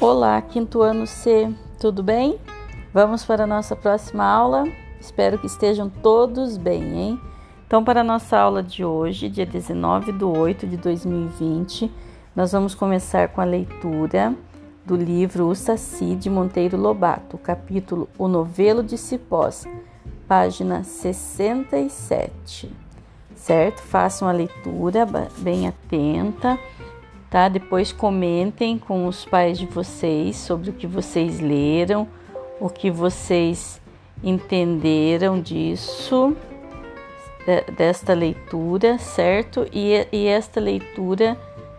Olá, quinto ano C, tudo bem? Vamos para a nossa próxima aula? Espero que estejam todos bem, hein? Então, para a nossa aula de hoje, dia 19/8/2020, nós vamos começar com a leitura do livro O Saci, de Monteiro Lobato, capítulo O Novelo de Cipós, página 67, certo? Façam a leitura bem atenta, tá? Depois comentem com os pais de vocês sobre o que vocês leram, o que vocês entenderam disso, desta leitura, certo? E esta leitura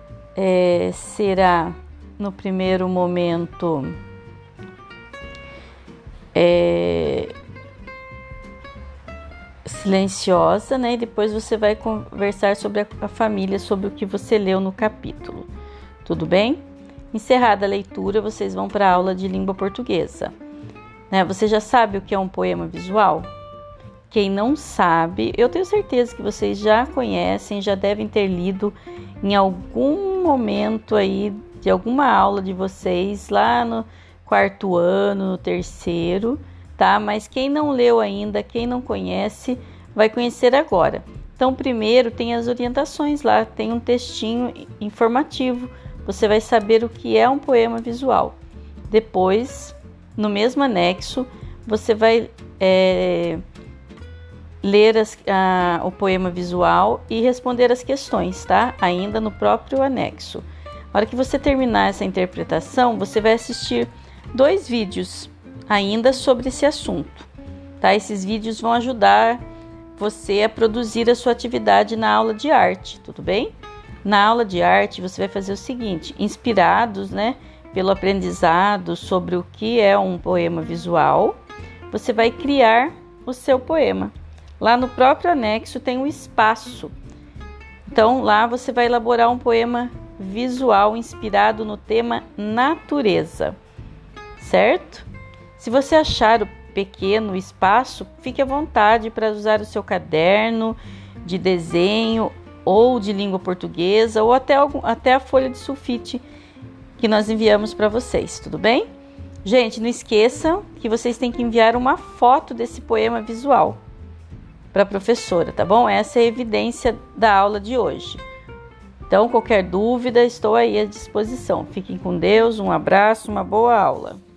será, no primeiro momento, silenciosa, né? E depois você vai conversar sobre a família, sobre o que você leu no capítulo. Tudo bem? Encerrada a leitura, vocês vão para a aula de língua portuguesa. Né? Você já sabe o que é um poema visual? Quem não sabe, eu tenho certeza que vocês já conhecem, já devem ter lido em algum momento aí de alguma aula de vocês, lá no quarto ano, no terceiro, tá? Mas quem não leu ainda, quem não conhece, vai conhecer agora. Então, primeiro tem as orientações lá, tem um textinho informativo, você vai saber o que é um poema visual. Depois, no mesmo anexo, você vai ler o poema visual e responder as questões, tá? Ainda no próprio anexo. Na hora que você terminar essa interpretação, você vai assistir 2 vídeos ainda sobre esse assunto, tá? Esses vídeos vão ajudar você a produzir a sua atividade na aula de arte, tudo bem? Na aula de arte, você vai fazer o seguinte, inspirados, né, pelo aprendizado sobre o que é um poema visual, você vai criar o seu poema. Lá no próprio anexo tem um espaço. Então, lá você vai elaborar um poema visual inspirado no tema natureza, certo? Se você achar o pequeno espaço, fique à vontade para usar o seu caderno de desenho ou de língua portuguesa ou até a folha de sulfite que nós enviamos para vocês, tudo bem? Gente, não esqueçam que vocês têm que enviar uma foto desse poema visual para a professora, tá bom? Essa é a evidência da aula de hoje. Então, qualquer dúvida, estou aí à disposição. Fiquem com Deus, um abraço, uma boa aula.